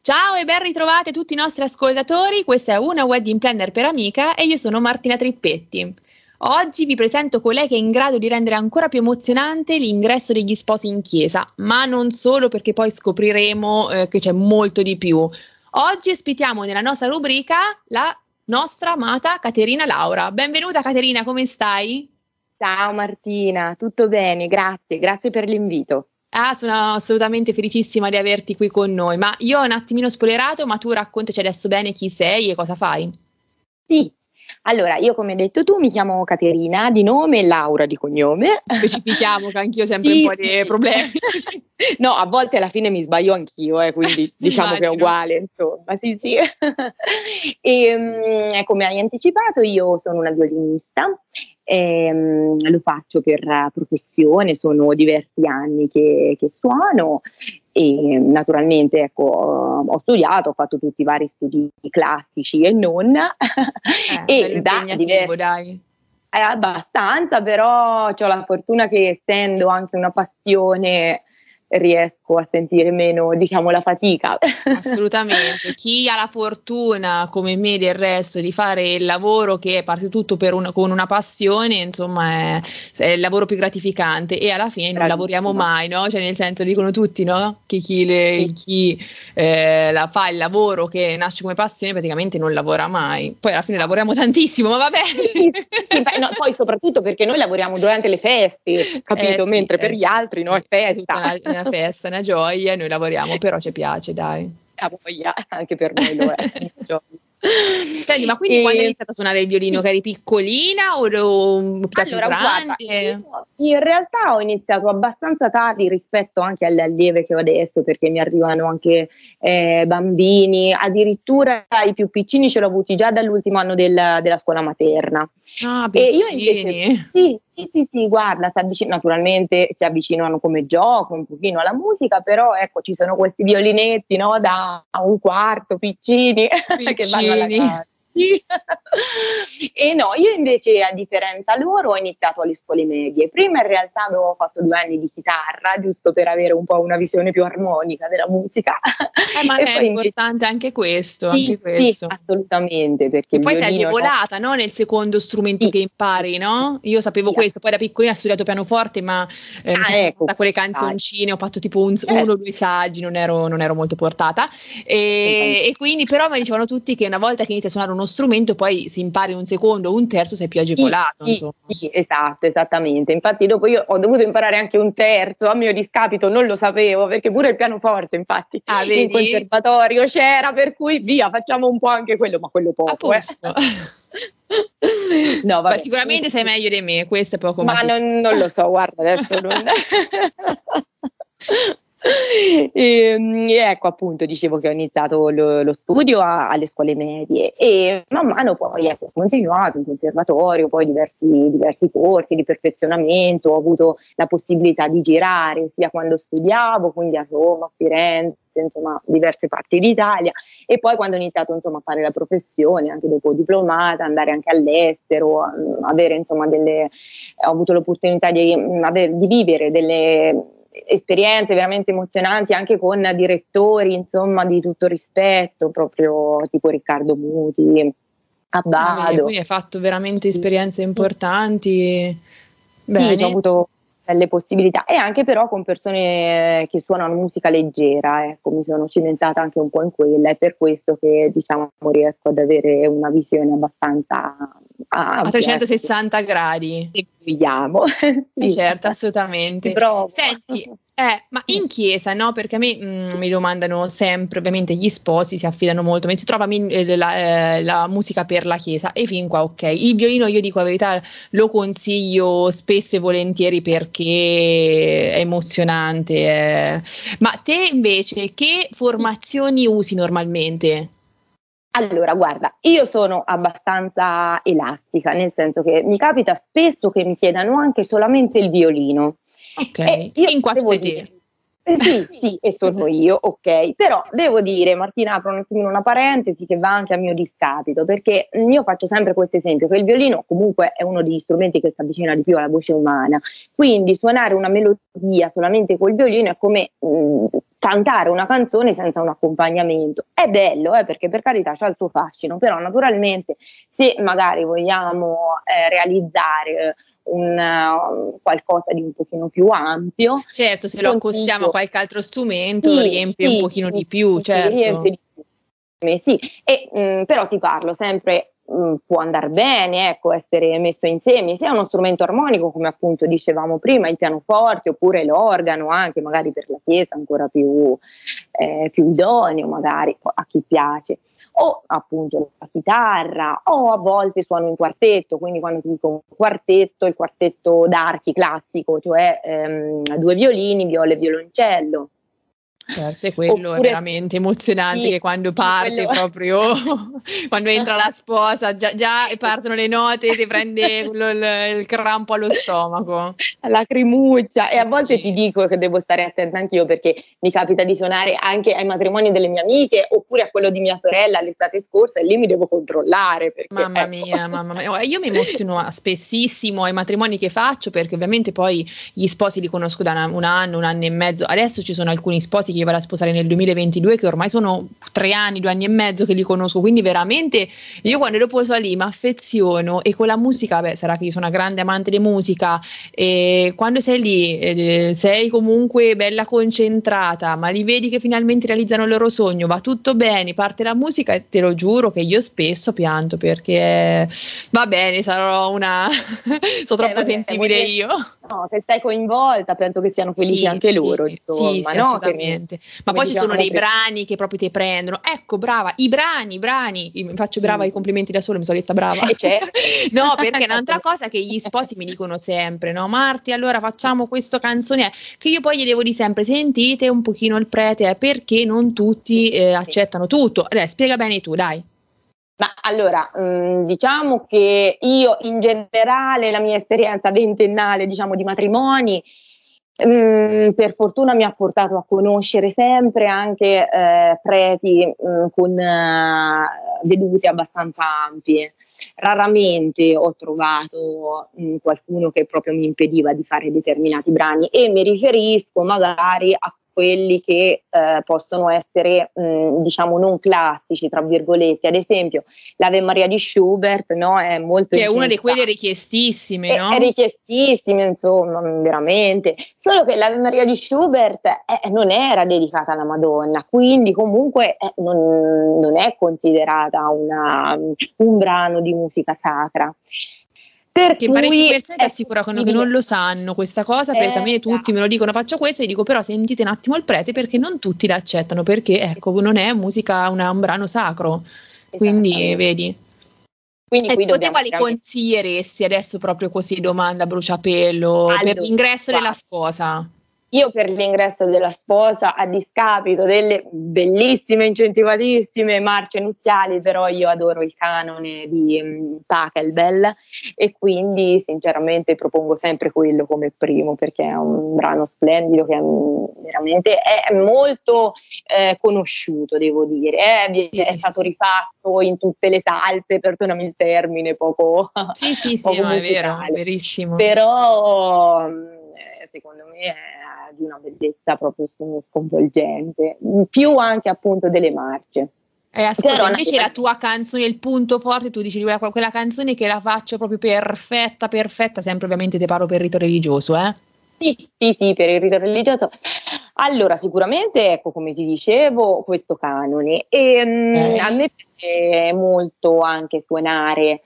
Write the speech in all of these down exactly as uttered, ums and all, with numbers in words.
Ciao e ben ritrovati a tutti i nostri ascoltatori, questa è una Wedding Planner per Amica e io sono Martina Trippetti. Oggi vi presento colei che è in grado di rendere ancora più emozionante l'ingresso degli sposi in chiesa, ma non solo, perché poi scopriremo eh, che c'è molto di più. Oggi ospitiamo nella nostra rubrica la nostra amata Caterina Laura. Benvenuta Caterina, come stai? Ciao Martina, tutto bene, grazie, grazie per l'invito. Ah, sono assolutamente felicissima di averti qui con noi, ma io ho un attimino spoilerato, ma tu raccontaci adesso bene chi sei e cosa fai. Sì, allora io come hai detto tu mi chiamo Caterina di nome e Laura di cognome. Specifichiamo che anch'io ho sempre sì, un po' di sì. problemi. No, a volte alla fine mi sbaglio anch'io, eh, quindi diciamo che è uguale, insomma, sì sì. E, um, come hai anticipato, io sono una violinista. Ehm, lo faccio per professione, sono diversi anni che, che suono e naturalmente ecco, ho studiato, ho fatto tutti i vari studi classici e non Eh, e da diversi, dai. è abbastanza, però ho la fortuna che essendo anche una passione riesco a sentire meno, diciamo, la fatica. Assolutamente, chi ha la fortuna come me del resto di fare il lavoro che parte tutto per un, con una passione, insomma è, è il lavoro più gratificante e alla fine non lavoriamo mai, no? Cioè nel senso dicono tutti, no? Che chi, le, sì. chi eh, la fa il lavoro che nasce come passione praticamente non lavora mai, poi alla fine lavoriamo tantissimo, ma vabbè. Sì, sì, no, poi soprattutto perché noi lavoriamo durante le feste, capito? Eh sì, Mentre eh per gli sì, altri sì, no, è è tutta festa. una, una festa, una gioia, noi lavoriamo, però ci piace, dai. Ah, voglia, anche per noi lo è. Senti, ma quindi e, quando hai iniziato a suonare il violino, sì. che eri piccolina o ero un po' più Allora, guarda, grande? io in realtà ho iniziato abbastanza tardi rispetto anche alle allieve che ho adesso, perché mi arrivano anche eh, bambini, addirittura i più piccini ce l'ho avuti già dall'ultimo anno del, della scuola materna. Ah, E io invece, piccini. sì, sì, sì, sì, guarda, si avvicin- naturalmente si avvicinano come gioco un pochino alla musica, però ecco, ci sono questi violinetti, no, da un quarto, piccini, che vanno alla Piccini. casa. Sì. E no, io invece a differenza loro ho iniziato alle scuole medie. Prima in realtà avevo fatto due anni di chitarra, giusto per avere un po' una visione più armonica della musica. Eh, ma E è poi invece importante anche questo, sì, anche sì, questo. assolutamente, perché Che il poi sei violino no, agevolata, no? Nel secondo strumento sì, che impari, no? Io sapevo sì, questo, poi da piccolina ho studiato pianoforte, ma eh, mi ah, sono ecco, fermata con le dai, canzoncine, ho fatto tipo un, uno o certo, due saggi, non ero, non ero molto portata. E, e quindi però mi dicevano tutti che una volta che inizi a suonare uno strumento, poi se impari un secondo o un terzo sei più sì, agevolato, sì, insomma. sì, esatto, esattamente. Infatti dopo io ho dovuto imparare anche un terzo, a mio discapito non lo sapevo, perché pure il pianoforte, infatti, Ah, in vedi? conservatorio c'era, per cui via, facciamo un po' anche quello, ma quello A poco, eh. posto. No, Beh, vabbè. sicuramente sei meglio di me, questo è poco ma Ma sicuro. non, non lo so, guarda, adesso non... E, e ecco appunto dicevo che ho iniziato lo, lo studio a, alle scuole medie e man mano poi ecco, ho continuato in conservatorio, poi diversi, diversi corsi di perfezionamento, ho avuto la possibilità di girare sia quando studiavo, quindi a Roma, a Firenze, insomma diverse parti d'Italia e poi quando ho iniziato insomma a fare la professione, anche dopo diplomata, andare anche all'estero, avere insomma delle, ho avuto l'opportunità di, avere, di vivere delle esperienze veramente emozionanti anche con direttori insomma di tutto rispetto, proprio tipo Riccardo Muti, Ah, vedi, Abbado. quindi hai fatto veramente Sì, esperienze importanti. sì, ho Bene. avuto delle possibilità e anche però con persone che suonano musica leggera, ecco, mi sono cimentata anche un po' in quella, è per questo che diciamo riesco ad avere una visione abbastanza A ampia, ecco, trecentosessanta gradi. se vogliamo. Eh Sì, certo, ci assolutamente. provo. Senti, eh, ma in chiesa, no? Perché a me mh, mi domandano sempre, ovviamente gli sposi si affidano molto, ma si trova min- eh, la, eh, la musica per la chiesa e fin qua ok. Il violino io dico la verità, lo consiglio spesso e volentieri perché è emozionante. eh. Ma te invece che formazioni usi normalmente? Allora, guarda, io sono abbastanza elastica, nel senso che mi capita spesso che mi chiedano anche solamente il violino. E Ok, io fin qua devo sei dire, te. eh sì, sì, e sono io, ok, però devo dire, Martina, apro un attimino una parentesi che va anche a mio discapito, perché io faccio sempre questo esempio, che il violino comunque è uno degli strumenti che si avvicina di più alla voce umana, quindi suonare una melodia solamente col violino è come mh, cantare una canzone senza un accompagnamento. È bello, eh, perché per carità c'ha il suo fascino, però naturalmente se magari vogliamo eh, realizzare un, uh, qualcosa di un pochino più ampio, certo, se lo accostiamo a qualche altro strumento sì, riempie sì, un pochino sì, di più, sì, certo. riempie di più. Sì, e, mh, però ti parlo sempre, mh, può andare bene, ecco, essere messo insieme sia uno strumento armonico, come appunto dicevamo prima, il pianoforte, oppure l'organo, anche magari per la chiesa ancora più, eh, più idoneo, magari a chi piace, o appunto la chitarra, o a volte suono in quartetto, quindi quando ti dico un quartetto, il quartetto d'archi classico, cioè ehm, due violini, viola e violoncello. Certo, e quello Oppure, è veramente emozionante, sì, che quando sì, parte quello... proprio, quando entra la sposa, già, già partono le note, ti prende quello, il, il crampo allo stomaco. Lacrimuccia, e a volte Sì. ti dico che devo stare attenta anch'io, perché mi capita di suonare anche ai matrimoni delle mie amiche oppure a quello di mia sorella l'estate scorsa, e lì mi devo controllare perché, Mamma ecco. mia, mamma mia. Oh, io mi emoziono spessissimo ai matrimoni che faccio, perché ovviamente poi gli sposi li conosco da una- un anno, un anno e mezzo. Adesso ci sono alcuni sposi che io vado a sposare nel duemilaventidue, che ormai sono tre anni, due anni e mezzo che li conosco, quindi veramente io quando dopo sono lì mi affeziono, e con la musica, beh, sarà che io sono una grande amante di musica, e quando sei lì eh, sei comunque bella concentrata, ma li vedi che finalmente realizzano il loro sogno, va tutto bene, parte la musica, e te lo giuro che io spesso pianto, perché va bene, sarò una sono Eh, troppo vabbè, vuol sensibile dire, io. no, se stai coinvolta, penso che siano felici Sì, anche loro, sì, sì, insomma, sì, no? Che, assolutamente. Ma come poi ci sono dicevamo dei prima. brani che proprio ti prendono. Ecco, brava, i brani, i brani. Io mi faccio brava, i Mm. complimenti da solo, mi sono detta brava. E certo. No, perché un'altra cosa che gli sposi mi dicono sempre, no, Marti, allora facciamo questa canzone, che io poi gli devo dire sempre, sentite un pochino il prete, eh, perché non tutti eh, accettano tutto. Allora, spiega bene tu, dai. Ma allora, mh, diciamo che io in generale, la mia esperienza ventennale, diciamo, di matrimoni, mh, per fortuna mi ha portato a conoscere sempre anche eh, preti mh, con eh, vedute abbastanza ampie. Raramente ho trovato mh, qualcuno che proprio mi impediva di fare determinati brani, e mi riferisco magari a quelli che eh, possono essere mh, diciamo non classici, tra virgolette. Ad esempio l'Ave Maria di Schubert, no, è molto Che è una di incentivata, quelle richiestissime, è, è no? richiestissima, insomma, veramente. Solo che l'Ave Maria di Schubert eh, non era dedicata alla Madonna, quindi comunque eh, non, non è considerata una, un brano di musica sacra. Per Che parecchie cui persone ti è assicurano che possibile. non lo sanno questa cosa, perché a Eh, me tutti me lo dicono, faccio questo, e dico però sentite un attimo il prete, perché non tutti l'accettano, perché ecco, non è musica, una- un brano sacro. Quindi esattamente. vedi. Quindi E qui tipo te dobbiamo quali veramente... consiglieresti adesso, proprio così, domanda a bruciapelo, per Allora, l'ingresso della guarda, sposa? io per l'ingresso della sposa, a discapito delle bellissime, incentivatissime marce nuziali, però io adoro il canone di um, Pachelbel, e quindi sinceramente propongo sempre quello come primo, perché è un brano splendido che um, veramente è molto eh, conosciuto, devo dire. Eh, Sì, è sì, sì, stato sì. rifatto in tutte le salse, perdonami il termine poco, Sì, sì, sì, poco no, è vero, è musicale, verissimo. però eh, secondo me è di una bellezza proprio sconvolgente, più anche appunto delle marce. E ascolta, Però invece la naturalmente tua canzone, il punto forte, tu dici quella, quella canzone che la faccio proprio perfetta, perfetta, sempre ovviamente te parlo per rito religioso, eh? sì, sì, sì, per il rito religioso. Allora, sicuramente, ecco, come ti dicevo, questo canone. E mm, a Ok. me piace molto anche suonare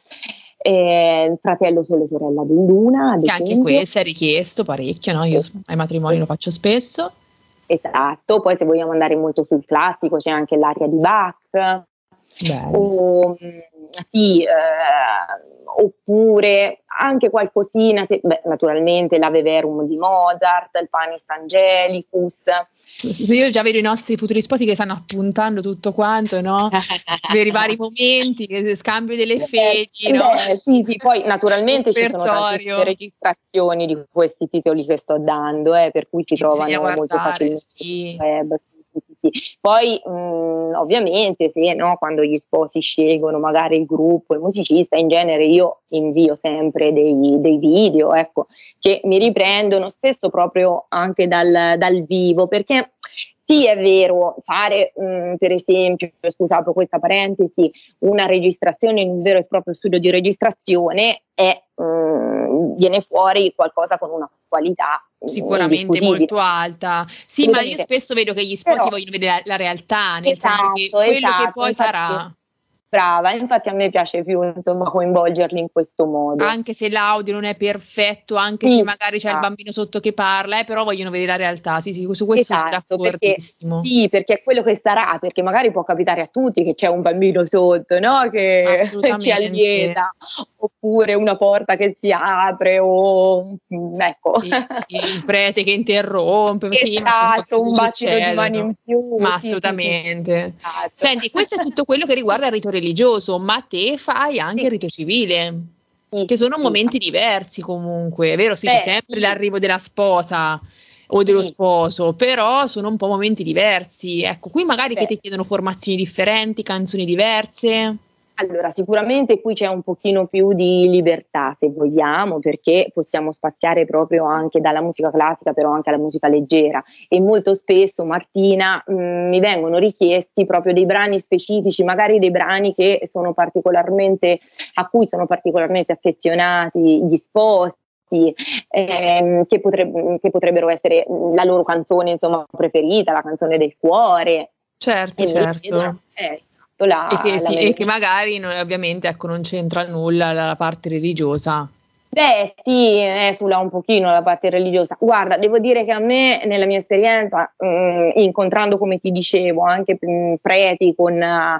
eh, Fratello, Sole, Sorella di Luna, ad Che anche esempio. questo è richiesto parecchio, no? Io ai matrimoni lo faccio spesso. Esatto, poi se vogliamo andare molto sul classico c'è anche l'aria di Bach, Bello. o, mh, sì, eh, oppure anche qualcosina, se, beh, naturalmente l'Ave Verum di Mozart, il Panis Angelicus. Io già vedo i nostri futuri sposi che stanno appuntando tutto quanto, no? Per i vari momenti, che- scambio delle fedi, Beh, no? beh, sì, sì, poi naturalmente ci sono tantissime Offertorio. registrazioni di questi titoli che sto dando, eh, per cui si Che bisogna trovano molto guardare, facilmente sul sì. web. Sì, sì, sì. Poi mh, ovviamente se no, quando gli sposi scelgono magari il gruppo, il musicista, in genere io invio sempre dei, dei video, ecco, che mi riprendono spesso proprio anche dal, dal vivo, perché Sì, è vero, fare mh, per esempio, scusa, apro questa parentesi, una registrazione in un vero e proprio studio di registrazione è, mh, viene fuori qualcosa con una qualità mh, Sicuramente molto alta. Sì, ma io Assolutamente. spesso vedo che gli sposi Però, vogliono vedere la, la realtà, nel senso che esatto, quello che esatto, poi infatti, sarà, brava, infatti a me piace più insomma coinvolgerli in questo modo. anche se l'audio non è perfetto, anche se Sì, magari c'è il esatto. bambino sotto che parla, eh, però vogliono vedere la realtà. Sì, sì, su questo sono Esatto, perché d'accordissimo. sì, perché è quello che sarà, perché magari può capitare a tutti che c'è un bambino sotto, no? Che ci Assolutamente. allieta, oppure una porta che si apre, o mm, ecco. Sì, sì, il prete che interrompe, sì, ma sono cose Esatto, che un battito di mani in succedono. più, Ma sì, sì, sì, sì, assolutamente. esatto. Senti, questo è tutto quello che riguarda il rito religioso, ma te fai anche Sì, il rito civile, sì, che sono sì. momenti diversi comunque, è vero? Sì, c'è Beh, sempre sì, l'arrivo della sposa o dello sì, sposo, però sono un po' momenti diversi. Ecco, qui magari che beh. ti chiedono formazioni differenti, canzoni diverse. Allora, sicuramente qui c'è un pochino più di libertà, se vogliamo, perché possiamo spaziare proprio anche dalla musica classica, però anche alla musica leggera. E molto spesso, Martina, mh, mi vengono richiesti proprio dei brani specifici, magari dei brani che sono particolarmente, a cui sono particolarmente affezionati gli sposi. Ehm, che, potreb- che potrebbero essere la loro canzone, insomma, preferita, la canzone del cuore, Certo, e mi chiedono certo. eh, E che, la, la sì, e che melodia. magari non- ovviamente ecco, non c'entra nulla la, la parte religiosa. Beh, sì, esula un pochino la parte religiosa. Guarda, devo dire che a me, nella mia esperienza, mh, incontrando, come ti dicevo, anche mh, preti con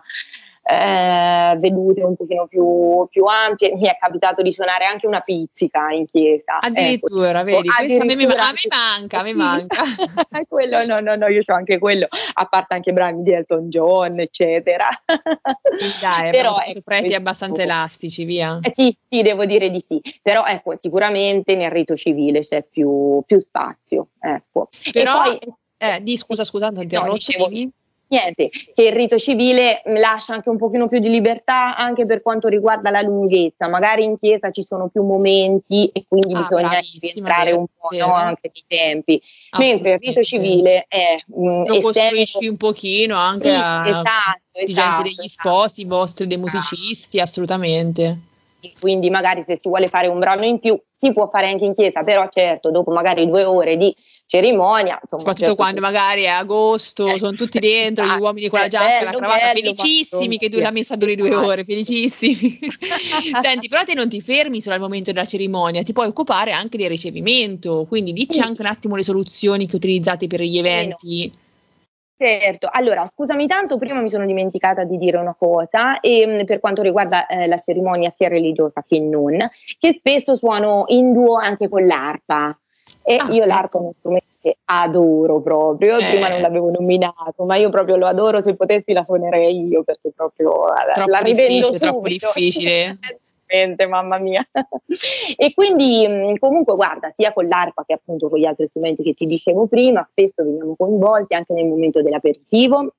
eh, vedute un pochino più, più ampie, mi è capitato di suonare anche una pizzica in chiesa. Ecco, Addirittura, o vedi, questo a me, mi ma- addirittura a me anche manca, a me sì, manca. quello no, no, no, io ho anche quello, a parte anche brani di Elton John, eccetera. Quindi dai, abbiamo Però trovato ecco, preti abbastanza questo elastici, via. eh sì, sì, devo dire di sì, però ecco, sicuramente nel rito civile c'è più, più spazio, ecco. E Però, poi, eh, di sì, scusa, scusa, ti ho no, interrotto, dicevo, dimmi. niente, che il rito civile mh, lascia anche un pochino più di libertà anche per quanto riguarda la lunghezza, magari in chiesa ci sono più momenti e quindi Ah, bisogna bravissima, rientrare vero, un po', no, vero, anche nei tempi, mentre il rito assolutamente. civile è, mh, Lo essendo, costruisci un pochino anche sì, a esatto, esigenze esatto, degli esatto. sposi, vostri, dei Brava. musicisti, assolutamente. E quindi magari se si vuole fare un brano in più si può fare anche in chiesa, però certo dopo magari due ore di cerimonia, insomma a un Soprattutto certo quando punto magari è agosto, sono tutti dentro, gli uomini con la è giacca e la bello, cravatta, bello, ma felicissimi che tu la via. messa duri due Esatto. ore, felicissimi. Senti, però te non ti fermi solo al momento della cerimonia, ti puoi occupare anche del ricevimento, quindi dici Sì, anche un attimo le soluzioni che utilizzate per gli come no. eventi. Certo, allora scusami tanto, prima mi sono dimenticata di dire una cosa e, mh, per quanto riguarda eh, la cerimonia sia religiosa che non, che spesso suono in duo anche con l'arpa e Ah, io l'arpa è ecco. uno strumento che adoro proprio, prima non Eh, l'avevo nominato, ma io proprio lo adoro, se potessi la suonerei io perché proprio la, la troppo rivendo difficile, troppo subito. difficile. Mamma mia. E quindi mh, comunque guarda, sia con l'arpa che appunto con gli altri strumenti che ti dicevo prima, spesso veniamo coinvolti anche nel momento dell'aperitivo,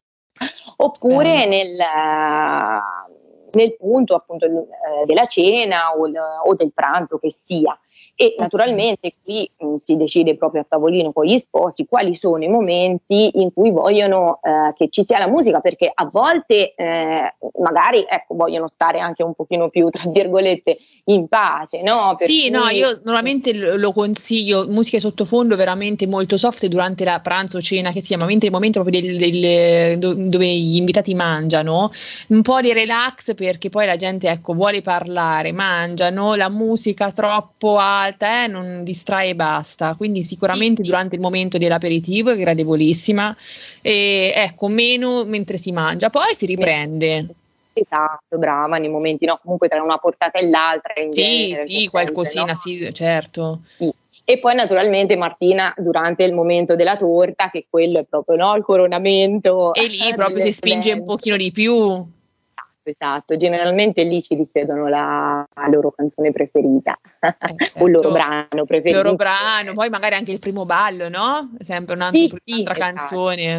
oppure Bello. nel, eh, nel punto appunto eh, della cena o, il- o del pranzo che sia. E Ok. naturalmente qui mh, si decide proprio a tavolino con gli sposi quali sono i momenti in cui vogliono eh, che ci sia la musica, perché a volte eh, magari ecco, vogliono stare anche un pochino più, tra virgolette, in pace, no? Per Sì, no, cui io normalmente lo lo consiglio, musiche sottofondo veramente molto soft durante la pranzo, cena, che sia, ma mentre il momento proprio del, del- do- dove gli invitati mangiano, un po' di relax perché poi la gente, ecco, vuole parlare, mangiano, la musica troppo alta, eh, non distrae e basta, quindi sì, sicuramente sì. durante il momento dell'aperitivo è gradevolissima e ecco, meno mentre si mangia, poi si riprende. Esatto, brava, nei momenti no, comunque tra una portata e l'altra in Sì, genere c'è sì, sempre, no? qualcosina, sì, certo. Sì. E poi naturalmente Martina durante il momento della torta, che quello è proprio no, il coronamento E lì proprio si spinge un dell'evento. pochino di più. Esatto, generalmente lì ci richiedono la, la loro canzone preferita Eh, o il loro certo, brano loro preferito. brano, poi magari anche il primo ballo, no? Sempre un altro- Sì, sì, un'altra esatto. canzone.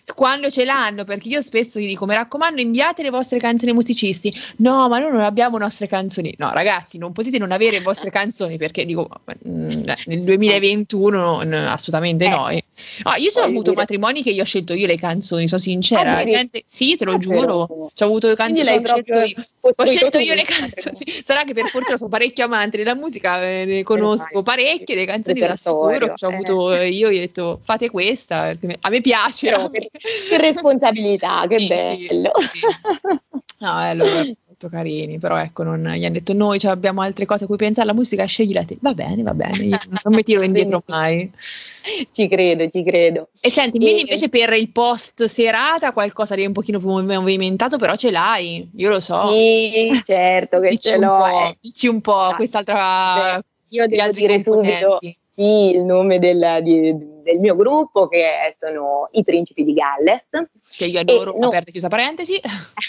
quando ce l'hanno, perché io spesso gli dico: mi raccomando, inviate le vostre canzoni ai musicisti. No, ma noi non abbiamo nostre canzoni. No, ragazzi, non potete non avere le vostre canzoni, perché dico, mh, nel duemilaventuno n- assolutamente Eh, no. Eh, no, io sono voglio avuto dire. matrimoni che io ho scelto io le canzoni, sono sincera. Ah, vedi? Gente, sì, te lo Ah, giuro, però. ci ho avuto Quindi canzoni, l'hai ho scelto proprio io. Ho costruito scelto tu io le il canzoni. matrimonio. Sarà che per fortuna sono parecchio amante della musica, eh, ne conosco Ormai, parecchie, le canzoni vi assicuro che repertorio. ci ho Eh. avuto eh, io, io ho detto fate questa, perché a me piace. A Però me. che, che responsabilità, che Sì, sì, bello. sì. No, eh, loro erano molto carini, però ecco, non, gli hanno detto noi cioè, abbiamo altre cose a cui pensare, la musica sceglila te. Va bene, va bene, io non mi tiro indietro Benissimo. mai. Ci credo, ci credo. E senti, quindi E, invece per il post serata qualcosa di un pochino più mov- movimentato, però ce l'hai, io lo so. sì, certo che Dici ce un l'ho. po', eh. dici un po' Ah, quest'altra, beh, io gli devo altri dire subito componenti. sì, il nome del, di- del mio gruppo, che sono i Principi di Galles. Che io E adoro, no- aperta e chiusa parentesi.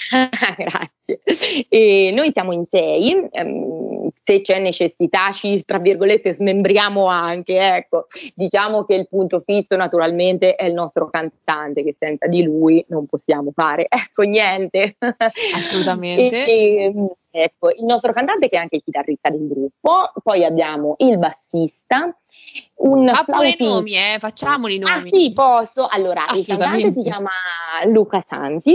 Grazie. E noi siamo in sei, ehm, se c'è necessità ci, tra virgolette, smembriamo anche, ecco. Diciamo che il punto fisso naturalmente è il nostro cantante, che senza di lui non possiamo fare, ecco, niente. E, Assolutamente. e, ecco, il nostro cantante che è anche il chitarrista del gruppo, poi abbiamo il bassista, un Fa pure i flautista. nomi, eh, facciamoli i Ah nomi. sì, posso. Allora, il cantante si Assolutamente. chiama Luca Santi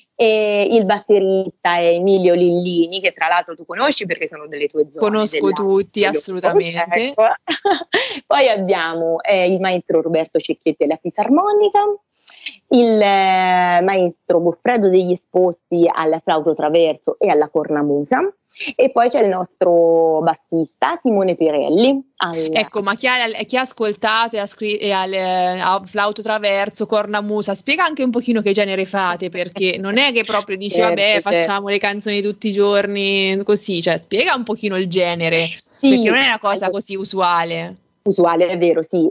e il batterista è Emilio Lillini, che tra l'altro tu conosci perché sono delle tue zone Conosco della, tutti, dello- assolutamente. ecco. Poi abbiamo eh, il maestro Roberto Cecchetti alla fisarmonica, il eh, maestro Goffredo degli Esposti al flauto traverso e alla cornamusa, e poi c'è il nostro bassista Simone Pirelli al, Ecco, ma chi ha, chi ha ascoltato e ha, scri- e ha, le- ha flauto traverso, cornamusa, spiega anche un pochino che genere fate, perché non è che proprio dici, certo, vabbè, certo. facciamo le canzoni tutti i giorni, così, cioè spiega un pochino il genere, Sì, perché non è una cosa allora, così usuale. usuale, è vero, sì.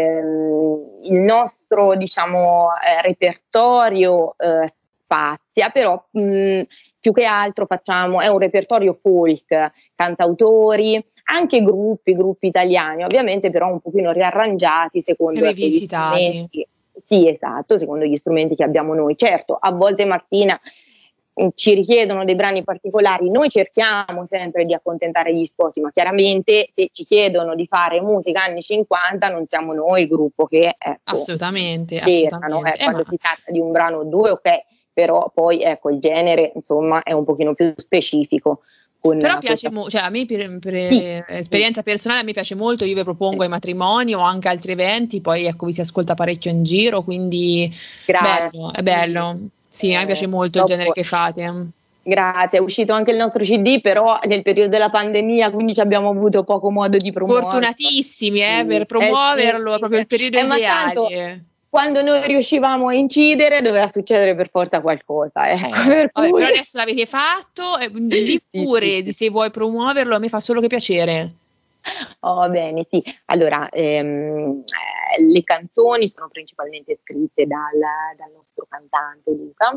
Ehm, il nostro, diciamo, eh, repertorio eh, spazia, però mh, più che altro facciamo, è un repertorio folk, cantautori, anche gruppi, gruppi italiani, ovviamente però un pochino riarrangiati secondo ecco, gli Rivisitati. strumenti. Sì, esatto, secondo gli strumenti che abbiamo noi. Certo, a volte Martina mh, ci richiedono dei brani particolari, noi cerchiamo sempre di accontentare gli sposi, ma chiaramente se ci chiedono di fare musica anni cinquanta non siamo noi il gruppo che ecco, Assolutamente, cercano, assolutamente. eh, Eh, ma quando si tratta di un brano o due, ok, però poi ecco il genere insomma è un pochino più specifico. Con Però piace questa... molto, cioè a me per, per Sì, esperienza personale a me piace molto, io vi propongo ai matrimoni o anche altri eventi, poi ecco vi si ascolta parecchio in giro, quindi grazie. bello, è bello. Sì, a me piace Eh, molto il genere dopo, che fate. grazie, è uscito anche il nostro C D, però nel periodo della pandemia, quindi ci abbiamo avuto poco modo di promuoverlo. Fortunatissimi, eh, Sì. per Eh sì, promuoverlo, è sì. proprio il periodo Eh, ma tanto ideale. quando noi riuscivamo a incidere doveva succedere per forza qualcosa, ecco, Eh, per vabbè, però cui... adesso l'avete fatto, e di Sì, sì, pure, di sì. se vuoi promuoverlo, a me fa solo che piacere. Oh, bene, sì. Allora, ehm, eh, le canzoni sono principalmente scritte dal, dal nostro cantante Luca,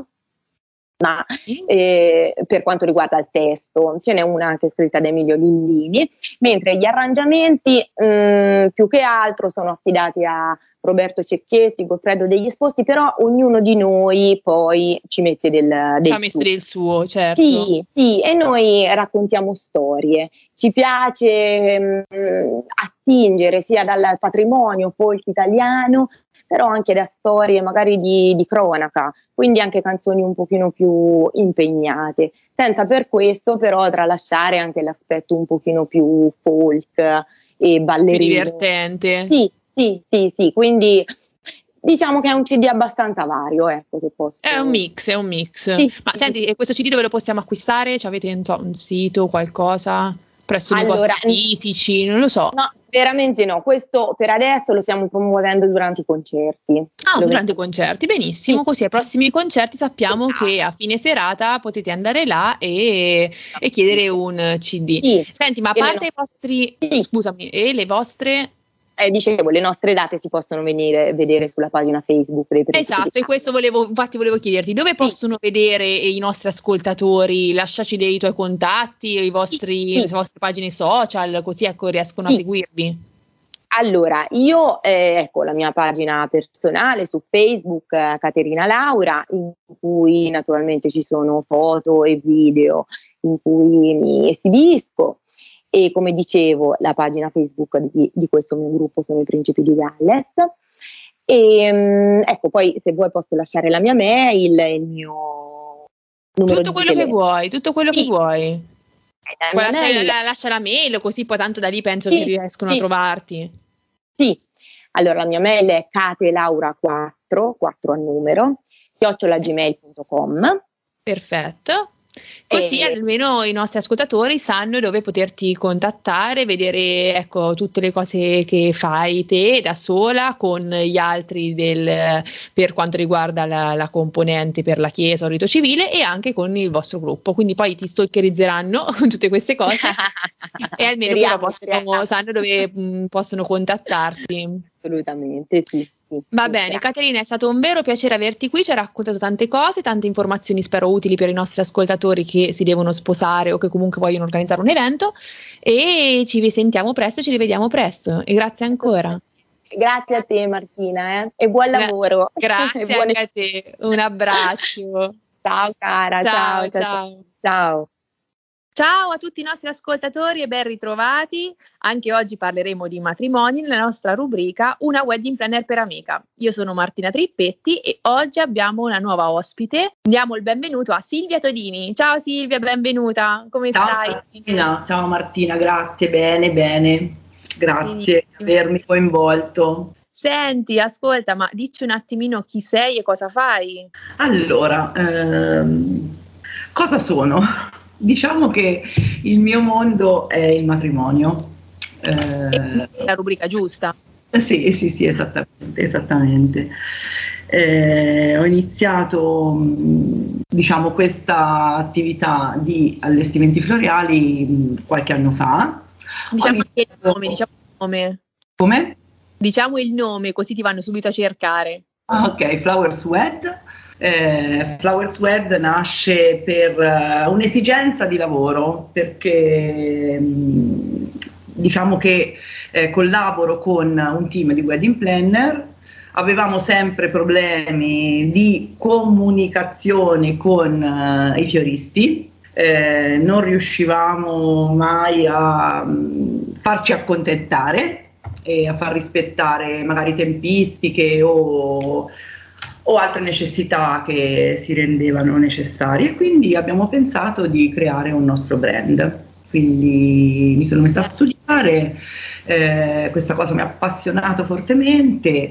ma Sì? eh, per quanto riguarda il testo, ce n'è una anche scritta da Emilio Lillini, mentre gli arrangiamenti mh, più che altro sono affidati a Roberto Cecchetti, Goffredo degli Esposti, però ognuno di noi poi ci mette del, Ci ha del messo suo. del suo, certo. Sì, sì, e noi raccontiamo storie. Ci piace mh, attingere sia dal patrimonio folk italiano, però anche da storie magari di, di cronaca, quindi anche canzoni un pochino più impegnate, senza per questo però tralasciare anche l'aspetto un pochino più folk e Più ballerino. divertente. Sì, sì, sì, sì, quindi diciamo che è un C D abbastanza vario, ecco, se posso. È un mix, è un mix. Sì, Ma sì, senti, sì. e questo C D dove lo possiamo acquistare? Cioè, avete un, so- un sito, qualcosa? Presso Allora, negozi fisici? Non lo so. no, veramente no, questo per adesso lo stiamo promuovendo durante i concerti. Ah, Dove... durante i concerti, benissimo, Sì, così ai prossimi concerti sappiamo che a fine serata potete andare là e, e chiedere un C D. sì, Senti, ma a e le parte no- i vostri, sì, scusami, e le vostre. eh, dicevo, le nostre date si possono venire, vedere sulla pagina Facebook dei Principi di Esatto, e questo Galles. volevo, infatti volevo chiederti, dove Sì, possono vedere i nostri ascoltatori? Lasciaci dei tuoi contatti, i sì, vostri, le sì, vostre pagine social, così ecco riescono a sì. seguirvi. Allora, io eh, ecco la mia pagina personale su Facebook, eh, Caterina Laura, in cui naturalmente ci sono foto e video in cui mi esibisco, e come dicevo la pagina Facebook di, di questo mio gruppo sono i Principi di Galles. E um, ecco, poi se vuoi posso lasciare la mia mail e il mio numero Tutto di quello telefono. che vuoi, tutto quello Sì. che vuoi. La Poi mia lascia mail- la, lascia la mail, così poi tanto da lì penso Sì, che riescono sì. a trovarti. Sì, allora la mia mail è catelaura quattro, quattro a numero, chiocciola gmail punto com. Perfetto. Così E- almeno i nostri ascoltatori sanno dove poterti contattare, vedere ecco tutte le cose che fai te da sola con gli altri del, per quanto riguarda la, la componente per la Chiesa o rito civile, e anche con il vostro gruppo. Quindi poi ti stalkerizzeranno con tutte queste cose e almeno Speriamo, però possono, speriamo. sanno dove mh, possono contattarti. Assolutamente, sì. sì, Va sì, bene, grazie. Caterina, è stato un vero piacere averti qui, ci hai raccontato tante cose, tante informazioni spero utili per i nostri ascoltatori che si devono sposare o che comunque vogliono organizzare un evento, e ci risentiamo presto, ci rivediamo presto e grazie ancora. Grazie a te Martina, eh, e buon Gra- lavoro. grazie E buone- anche a te, un abbraccio. Ciao cara, Ciao, ciao, ciao, ciao. ciao. Ciao a tutti i nostri ascoltatori e ben ritrovati. Anche oggi parleremo di matrimoni nella nostra rubrica Una Wedding Planner per Amica. Io sono Martina Trippetti e oggi abbiamo una nuova ospite. Diamo il benvenuto a Silvia Todini. Ciao Silvia, benvenuta. Come Ciao stai? Martina, ciao Martina, grazie, bene, bene, grazie di avermi coinvolto. Senti, ascolta, ma dici un attimino chi sei e cosa fai? Allora, ehm, cosa sono? Diciamo che il mio mondo è il matrimonio. Eh, La rubrica giusta. sì, sì, sì, esattamente, esattamente. Eh, ho iniziato, mh, diciamo, questa attività di allestimenti floreali mh, qualche anno fa. Diciamo Ho il iniziato- nome, diciamo il nome. Come? Diciamo il nome, così ti vanno subito a cercare. Ah, ok, Flowers Wed. Eh, Flowers Wed nasce per eh, un'esigenza di lavoro, perché mh, diciamo che eh, collaboro con un team di wedding planner. Avevamo sempre problemi di comunicazione con eh, i fioristi, eh, non riuscivamo mai a mh, farci accontentare e a far rispettare magari tempistiche o, o altre necessità che si rendevano necessarie, e quindi abbiamo pensato di creare un nostro brand. Quindi mi sono messa a studiare, eh, questa cosa mi ha appassionato fortemente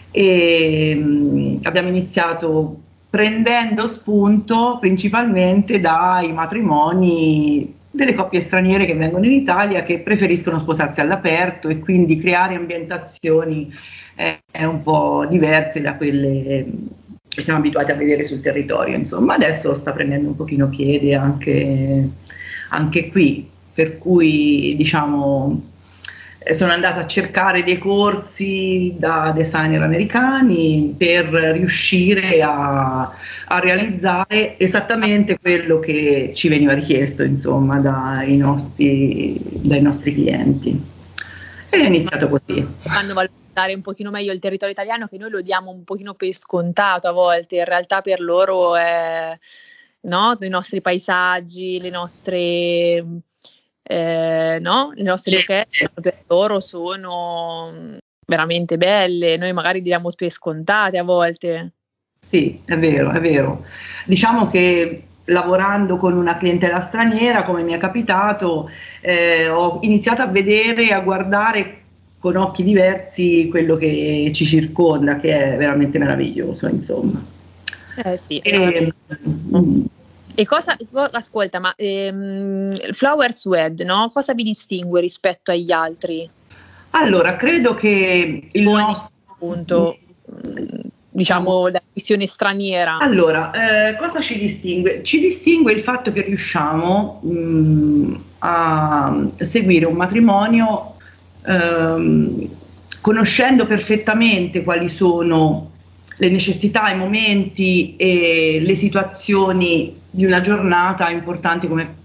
e mh, abbiamo iniziato prendendo spunto principalmente dai matrimoni delle coppie straniere che vengono in Italia, che preferiscono sposarsi all'aperto, e quindi creare ambientazioni eh, un po' diverse da quelle che siamo abituati a vedere sul territorio. Insomma, adesso sta prendendo un pochino piede anche, anche qui, per cui diciamo sono andata a cercare dei corsi da designer americani per riuscire a, a realizzare esattamente quello che ci veniva richiesto, insomma, dai nostri, dai nostri clienti. E è iniziato così. Fanno valutare un pochino meglio il territorio italiano, che noi lo diamo un pochino per scontato a volte, in realtà per loro è, no, i nostri paesaggi, le nostre eh, no, le nostre location per loro sono veramente belle, noi magari diamo per scontate a volte. Sì, è vero, è vero. Diciamo che lavorando con una clientela straniera, come mi è capitato, eh, ho iniziato a vedere e a guardare con occhi diversi quello che ci circonda, che è veramente meraviglioso, insomma. Eh sì. E, mm. E cosa, ascolta, ma ehm, Flowers Wed, no? Cosa vi distingue rispetto agli altri? Allora, credo che il Poi, nostro appunto, diciamo, la visione straniera. Allora, eh, cosa ci distingue? Ci distingue il fatto che riusciamo mh, a seguire un matrimonio ehm, conoscendo perfettamente quali sono le necessità, i momenti e le situazioni di una giornata importanti come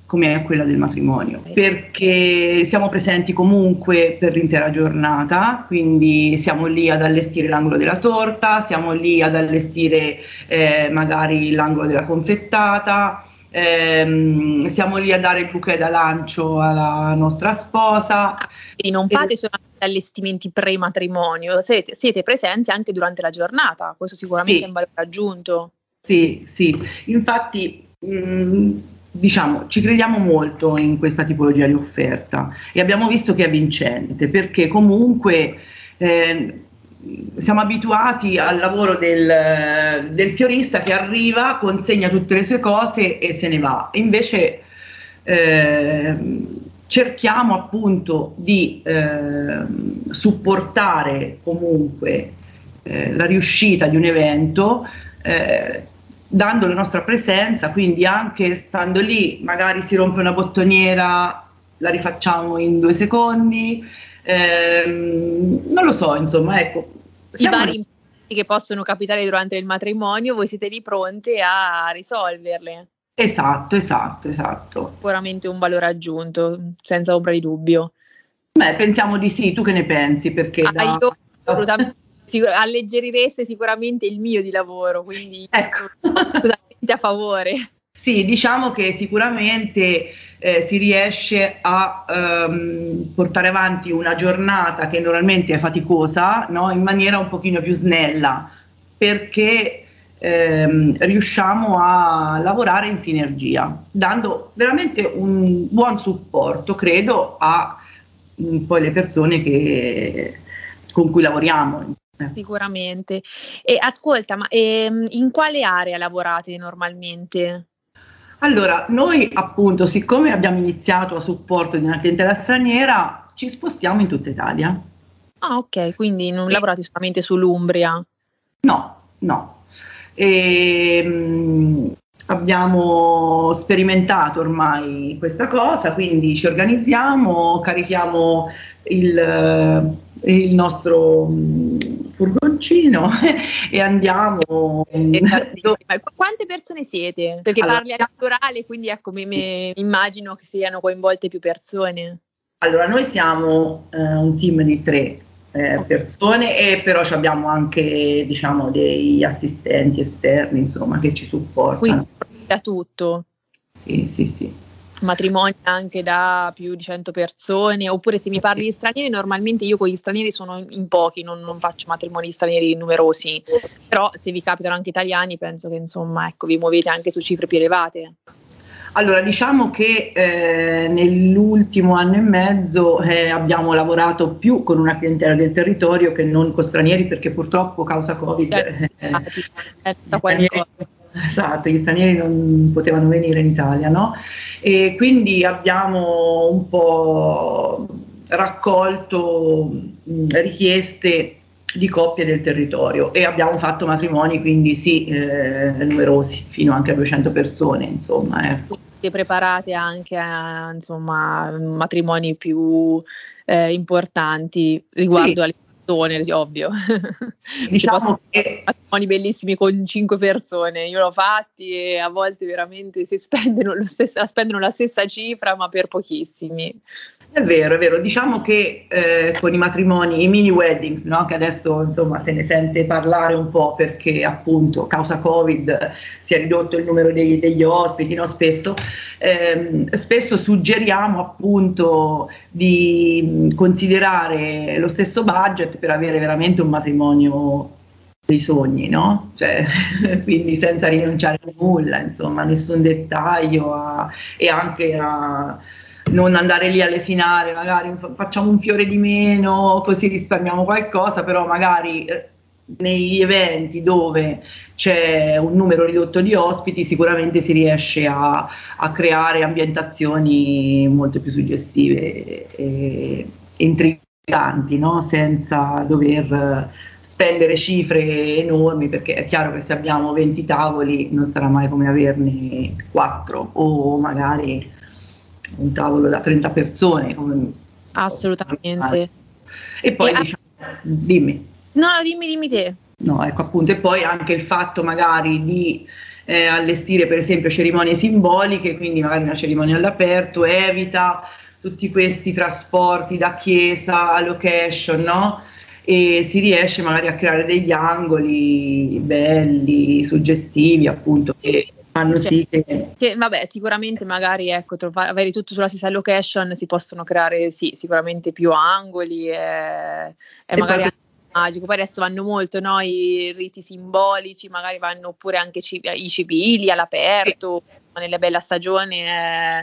come è quella del matrimonio, perché siamo presenti comunque per l'intera giornata, quindi siamo lì ad allestire l'angolo della torta, siamo lì ad allestire eh, magari l'angolo della confettata, ehm, siamo lì a dare il bouquet da lancio alla nostra sposa. Quindi non fate solamente allestimenti pre-matrimonio, siete, siete presenti anche durante la giornata, questo sicuramente sì. è un valore aggiunto. Sì, sì, infatti mh, diciamo ci crediamo molto in questa tipologia di offerta e abbiamo visto che è vincente, perché comunque eh, siamo abituati al lavoro del, del fiorista che arriva, consegna tutte le sue cose e se ne va. Invece eh, cerchiamo appunto di eh, supportare comunque eh, la riuscita di un evento eh, dando la nostra presenza, quindi anche stando lì, magari si rompe una bottoniera, la rifacciamo in due secondi, ehm, non lo so, insomma, ecco. I vari impatti che possono capitare durante il matrimonio, voi siete lì pronte a risolverle. Esatto, esatto, esatto. Sicuramente un valore aggiunto, senza ombra di dubbio. Beh, pensiamo di sì, tu che ne pensi? Perché ah, da... io assolutamente Sicur- alleggerireste sicuramente il mio di lavoro, quindi ecco. sono assolutamente a favore. Sì, diciamo che sicuramente eh, si riesce a ehm, portare avanti una giornata che normalmente è faticosa, no? In maniera un pochino più snella, perché ehm, riusciamo a lavorare in sinergia, dando veramente un buon supporto, credo, a mh, poi le persone che, con cui lavoriamo. Sicuramente. E ascolta, ma ehm, in quale area lavorate normalmente? Allora, noi appunto, siccome abbiamo iniziato a supporto di una clientela straniera, ci spostiamo in tutta Italia. Ah, ok, quindi non lavorate solamente sull'Umbria? No, no. E, mh, abbiamo sperimentato ormai questa cosa, quindi ci organizziamo, carichiamo il, il nostro mh, furgoncino e andiamo. E quante persone siete? Perché allora, parli a plurale, quindi ecco, mi, mi immagino che siano coinvolte più persone. Allora, noi siamo eh, un team di tre eh, persone, e però abbiamo anche, diciamo, degli assistenti esterni, insomma, che ci supportano. Quindi da tutto? Sì, sì, sì. Matrimoni anche da più di cento persone, oppure se mi parli di stranieri, normalmente io con gli stranieri sono in pochi, non, non faccio matrimoni di stranieri numerosi, però se vi capitano anche italiani penso che insomma ecco vi muovete anche su cifre più elevate. Allora, diciamo che eh, nell'ultimo anno e mezzo eh, abbiamo lavorato più con una clientela del territorio che non con stranieri, perché purtroppo causa Covid eh, eh, gli stranieri, esatto, gli stranieri non potevano venire in Italia, no? E quindi abbiamo un po' raccolto mh, richieste di coppie del territorio e abbiamo fatto matrimoni, quindi sì, eh, numerosi, fino anche a duecento persone, insomma. Ecco. Siete preparate anche a insomma matrimoni più eh, importanti riguardo sì. alle persone, ovvio. Diciamo che matrimoni bellissimi con cinque persone, io l'ho fatti e a volte veramente si spendono, lo stesso, spendono la stessa cifra ma per pochissimi. È vero, è vero, diciamo che eh, con i matrimoni, i mini weddings, no? Che adesso insomma se ne sente parlare un po' perché appunto causa Covid si è ridotto il numero dei, degli ospiti, no? Spesso, ehm, spesso suggeriamo appunto di considerare lo stesso budget per avere veramente un matrimonio dei sogni, no? Cioè, quindi senza rinunciare a nulla, insomma, nessun dettaglio a, e anche a non andare lì a lesinare, magari facciamo un fiore di meno così risparmiamo qualcosa, però magari eh, negli eventi dove c'è un numero ridotto di ospiti sicuramente si riesce a, a creare ambientazioni molto più suggestive e, e intriganti, no? Senza dover spendere cifre enormi, perché è chiaro che se abbiamo venti tavoli non sarà mai come averne quattro o magari un tavolo da trenta persone. Come... Assolutamente. E poi e diciamo, a... dimmi. No, dimmi, dimmi te. No, ecco appunto, e poi anche il fatto magari di eh, allestire per esempio cerimonie simboliche, quindi magari una cerimonia all'aperto, evita tutti questi trasporti da chiesa a location, no? E si riesce magari a creare degli angoli belli, suggestivi, appunto, che fanno sì che... che vabbè, sicuramente magari ecco, trovare, avere tutto sulla stessa location, si possono creare sì, sicuramente più angoli e, e magari anche magico. Poi adesso vanno molto, no, i riti simbolici, magari vanno pure anche ci, i civili all'aperto, sì. Nelle bella stagione è,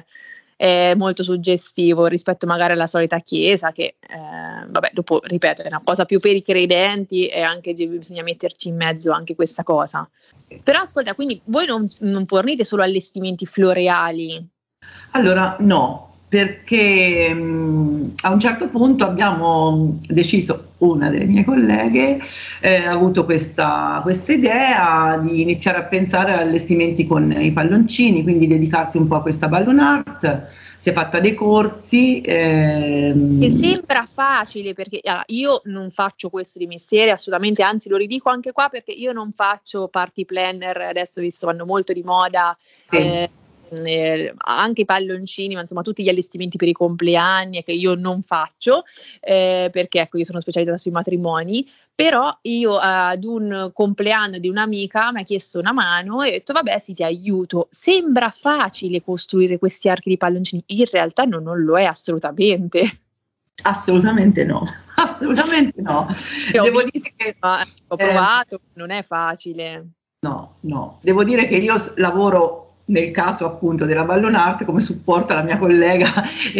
è molto suggestivo rispetto magari alla solita chiesa che eh, vabbè, dopo ripeto è una cosa più per i credenti e anche bisogna metterci in mezzo anche questa cosa. Però ascolta, quindi voi non, non fornite solo allestimenti floreali? Allora no, perché mh, a un certo punto abbiamo deciso, una delle mie colleghe eh, ha avuto questa, questa idea di iniziare a pensare a allestimenti con i palloncini, quindi dedicarsi un po' a questa balloon art. Si è fatta dei corsi. Ehm... Che sembra facile, perché allora, io non faccio questo di mestiere assolutamente, anzi lo ridico anche qua perché io non faccio party planner, adesso visto vanno molto di moda. Sì. Eh, Eh, anche i palloncini, ma insomma tutti gli allestimenti per i compleanni che io non faccio eh, perché ecco io sono specializzata sui matrimoni, però io ad un compleanno di un'amica mi ha chiesto una mano e ho detto vabbè sì ti aiuto. Sembra facile costruire questi archi di palloncini, in realtà no, non lo è assolutamente. Assolutamente no, assolutamente no. Devo dire che ho provato, eh, non è facile. No, no, devo dire che io lavoro nel caso appunto della balloon art come supporto alla mia collega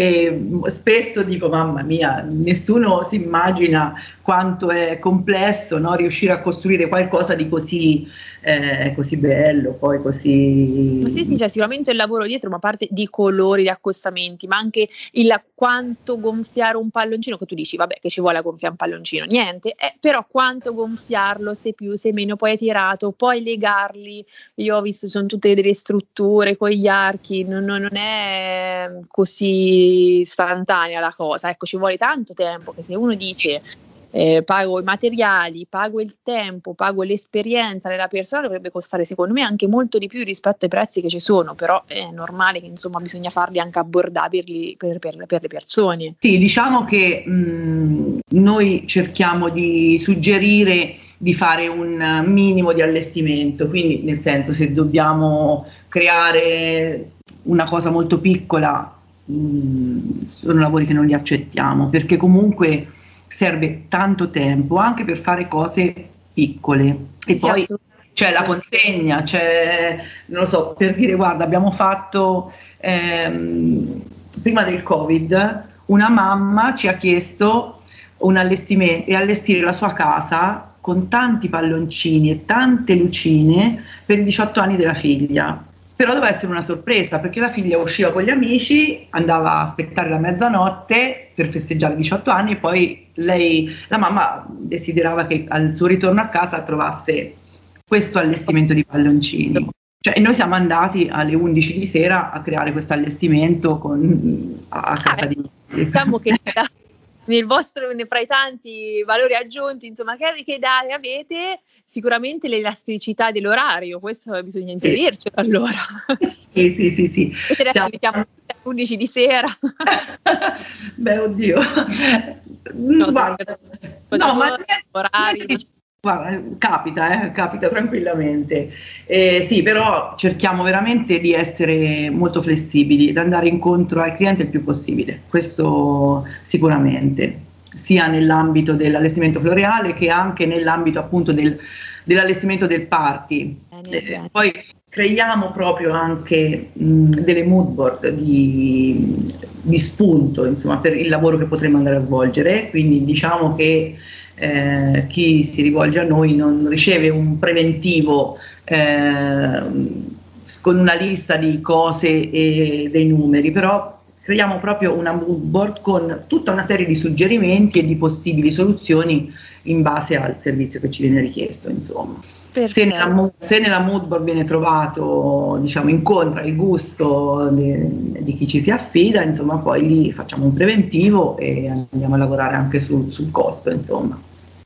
e spesso dico mamma mia, nessuno si immagina quanto è complesso, no? Riuscire a costruire qualcosa di così, eh, così bello, poi così... Sì, sì, c'è sicuramente il lavoro dietro, ma a parte di colori, di accostamenti, ma anche il quanto gonfiare un palloncino, che tu dici, vabbè, che ci vuole a gonfiare un palloncino, niente, eh, però quanto gonfiarlo, se più, se meno, poi è tirato, poi legarli, io ho visto, sono tutte delle strutture con gli archi, non, non è così istantanea la cosa, ecco, ci vuole tanto tempo, che se uno dice... Eh, pago i materiali, pago il tempo, pago l'esperienza della persona, dovrebbe costare secondo me anche molto di più rispetto ai prezzi che ci sono, però è normale che insomma bisogna farli anche abbordabili per, per, per le persone. Sì, diciamo che mh, noi cerchiamo di suggerire di fare un minimo di allestimento, quindi nel senso se dobbiamo creare una cosa molto piccola mh, sono lavori che non li accettiamo, perché comunque serve tanto tempo anche per fare cose piccole e sì, poi c'è la consegna, c'è, non lo so, per dire guarda abbiamo fatto ehm, prima del Covid una mamma ci ha chiesto un allestimento e allestire la sua casa con tanti palloncini e tante lucine per i diciotto anni della figlia. Però doveva essere una sorpresa perché la figlia usciva con gli amici, andava a aspettare la mezzanotte per festeggiare i diciotto anni e poi lei, la mamma desiderava che al suo ritorno a casa trovasse questo allestimento di palloncini. Cioè, noi siamo andati alle undici di sera a creare questo allestimento con, a casa di... Diciamo che nel vostro, fra i tanti valori aggiunti, insomma, che, che date avete sicuramente l'elasticità dell'orario, questo bisogna inserirci, sì. Allora. Sì, sì, sì, sì. E adesso siamo... chiamo alle undici di sera. Beh, oddio. No, guarda, no ma orari. Guarda, capita, eh, capita tranquillamente. Eh, sì, però cerchiamo veramente di essere molto flessibili, di andare incontro al cliente il più possibile, questo sicuramente, sia nell'ambito dell'allestimento floreale che anche nell'ambito appunto del, dell'allestimento del party. Eh, eh, poi creiamo proprio anche mh, delle mood board di, di spunto, insomma, per il lavoro che potremo andare a svolgere, quindi diciamo che Eh, chi si rivolge a noi non riceve un preventivo eh, con una lista di cose e dei numeri, però creiamo proprio una mood board con tutta una serie di suggerimenti e di possibili soluzioni in base al servizio che ci viene richiesto, insomma. Se nella, se nella mood board viene trovato, diciamo, incontra il gusto di, di chi ci si affida, insomma, poi lì facciamo un preventivo e andiamo a lavorare anche sul, sul costo, insomma.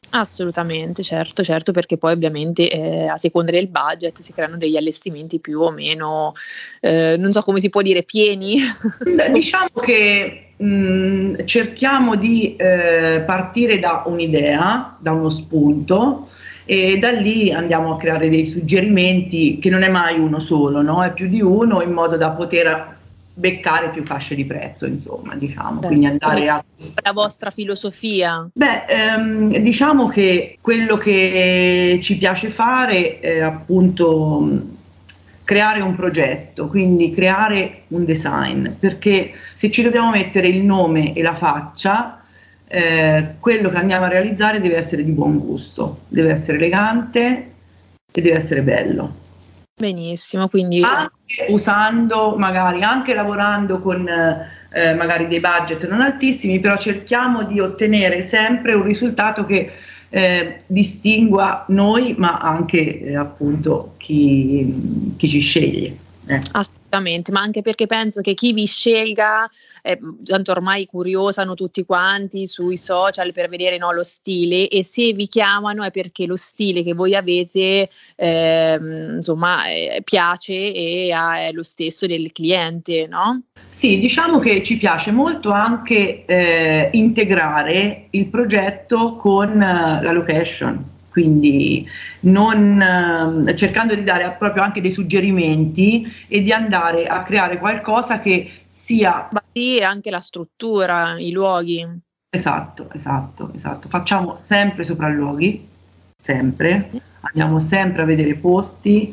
Assolutamente, certo, certo, perché poi ovviamente eh, a seconda del budget si creano degli allestimenti più o meno, eh, non so come si può dire, pieni. Diciamo che mh, cerchiamo di eh, partire da un'idea, da uno spunto, e da lì andiamo a creare dei suggerimenti, che non è mai uno solo, no? È più di uno, in modo da poter beccare più fasce di prezzo, insomma, diciamo, quindi andare a... La vostra filosofia? Beh, ehm, diciamo che quello che ci piace fare è appunto creare un progetto, quindi creare un design, perché se ci dobbiamo mettere il nome e la faccia, eh, quello che andiamo a realizzare deve essere di buon gusto, deve essere elegante e deve essere bello. Benissimo, quindi anche usando, magari anche lavorando con eh, magari dei budget non altissimi, però cerchiamo di ottenere sempre un risultato che eh, distingua noi, ma anche eh, appunto chi, chi ci sceglie. Eh. Assolutamente, ma anche perché penso che chi vi scelga, eh, tanto ormai curiosano tutti quanti sui social per vedere, no, lo stile, e se vi chiamano è perché lo stile che voi avete eh, insomma eh, piace e ha, è lo stesso del cliente, no? Sì, diciamo che ci piace molto anche eh, integrare il progetto con uh, la location. Quindi non, eh, cercando di dare proprio anche dei suggerimenti e di andare a creare qualcosa che sia... Sì, anche la struttura, i luoghi. Esatto, esatto, esatto. Facciamo sempre sopralluoghi, sempre, andiamo sempre a vedere posti,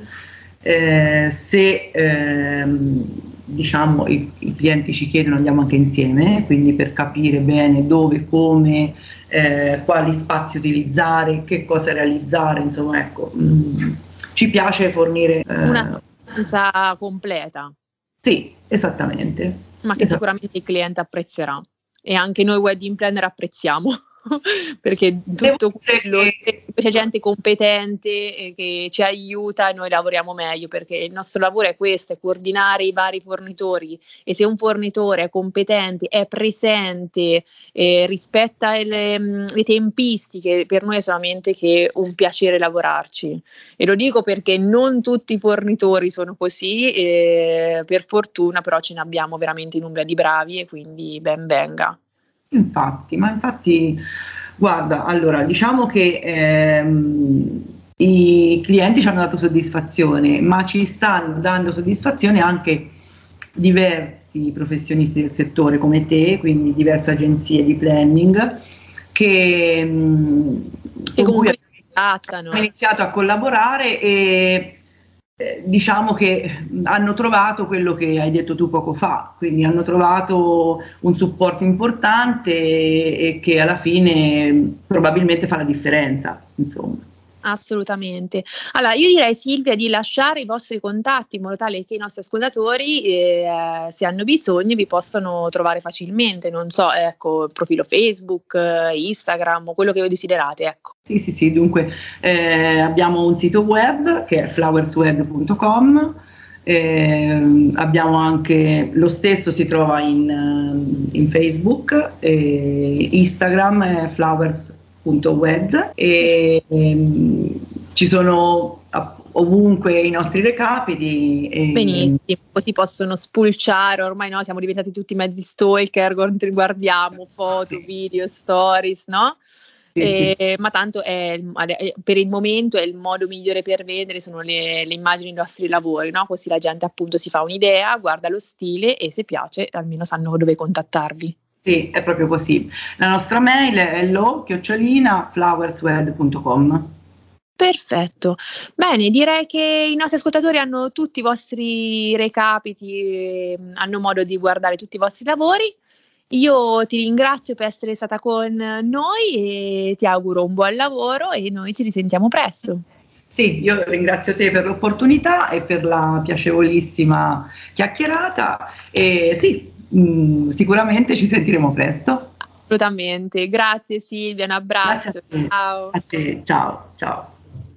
eh, se ehm, diciamo i, i clienti ci chiedono andiamo anche insieme, quindi per capire bene dove, come... Eh, quali spazi utilizzare, che cosa realizzare, insomma, ecco, mh, ci piace fornire eh, una stanza completa. Sì, esattamente. Ma che esatto. Sicuramente il cliente apprezzerà, e anche noi wedding planner apprezziamo. Perché tutto quello che c'è gente competente e che ci aiuta e noi lavoriamo meglio, perché il nostro lavoro è questo, è coordinare i vari fornitori, e se un fornitore è competente, è presente, eh, rispetta le, le tempistiche, per noi è solamente che un piacere lavorarci. E lo dico perché non tutti i fornitori sono così, eh, per fortuna, però ce ne abbiamo veramente in Umbria di bravi, e quindi ben venga. Infatti, ma infatti, guarda, allora diciamo che ehm, i clienti ci hanno dato soddisfazione, ma ci stanno dando soddisfazione anche diversi professionisti del settore come te, quindi diverse agenzie di planning che, mh, che con cui abbiamo iniziato a collaborare e Eh, diciamo che hanno trovato quello che hai detto tu poco fa, quindi hanno trovato un supporto importante e, e che alla fine probabilmente fa la differenza, insomma. Assolutamente. Allora, io direi, Silvia, di lasciare i vostri contatti in modo tale che i nostri ascoltatori, eh, se hanno bisogno, vi possano trovare facilmente, non so, ecco, profilo Facebook, Instagram, o quello che voi desiderate, ecco. Sì, sì, sì, dunque eh, abbiamo un sito web che è flowerswed punto com, eh, abbiamo anche, lo stesso si trova in, in Facebook, eh, Instagram è flowers punto wed e ehm, ci sono ovunque i nostri recapiti. E... Benissimo, ti possono spulciare, ormai no, siamo diventati tutti mezzi stalker, guardiamo foto, sì, video, stories, no? Sì, e, sì. Ma tanto è, per il momento è il modo migliore per vendere, sono le, le immagini dei nostri lavori, no? Così la gente appunto si fa un'idea, guarda lo stile e se piace almeno sanno dove contattarvi. Sì, è proprio così. La nostra mail è hello chiocciola flowerswed punto com. Perfetto. Bene, direi che i nostri ascoltatori hanno tutti i vostri recapiti, hanno modo di guardare tutti i vostri lavori. Io ti ringrazio per essere stata con noi e ti auguro un buon lavoro e noi ci risentiamo presto. Sì, io ringrazio te per l'opportunità e per la piacevolissima chiacchierata e sì, mh, sicuramente ci sentiremo presto. Assolutamente. Grazie Silvia, un abbraccio. Grazie a te. Ciao. A te, ciao, ciao.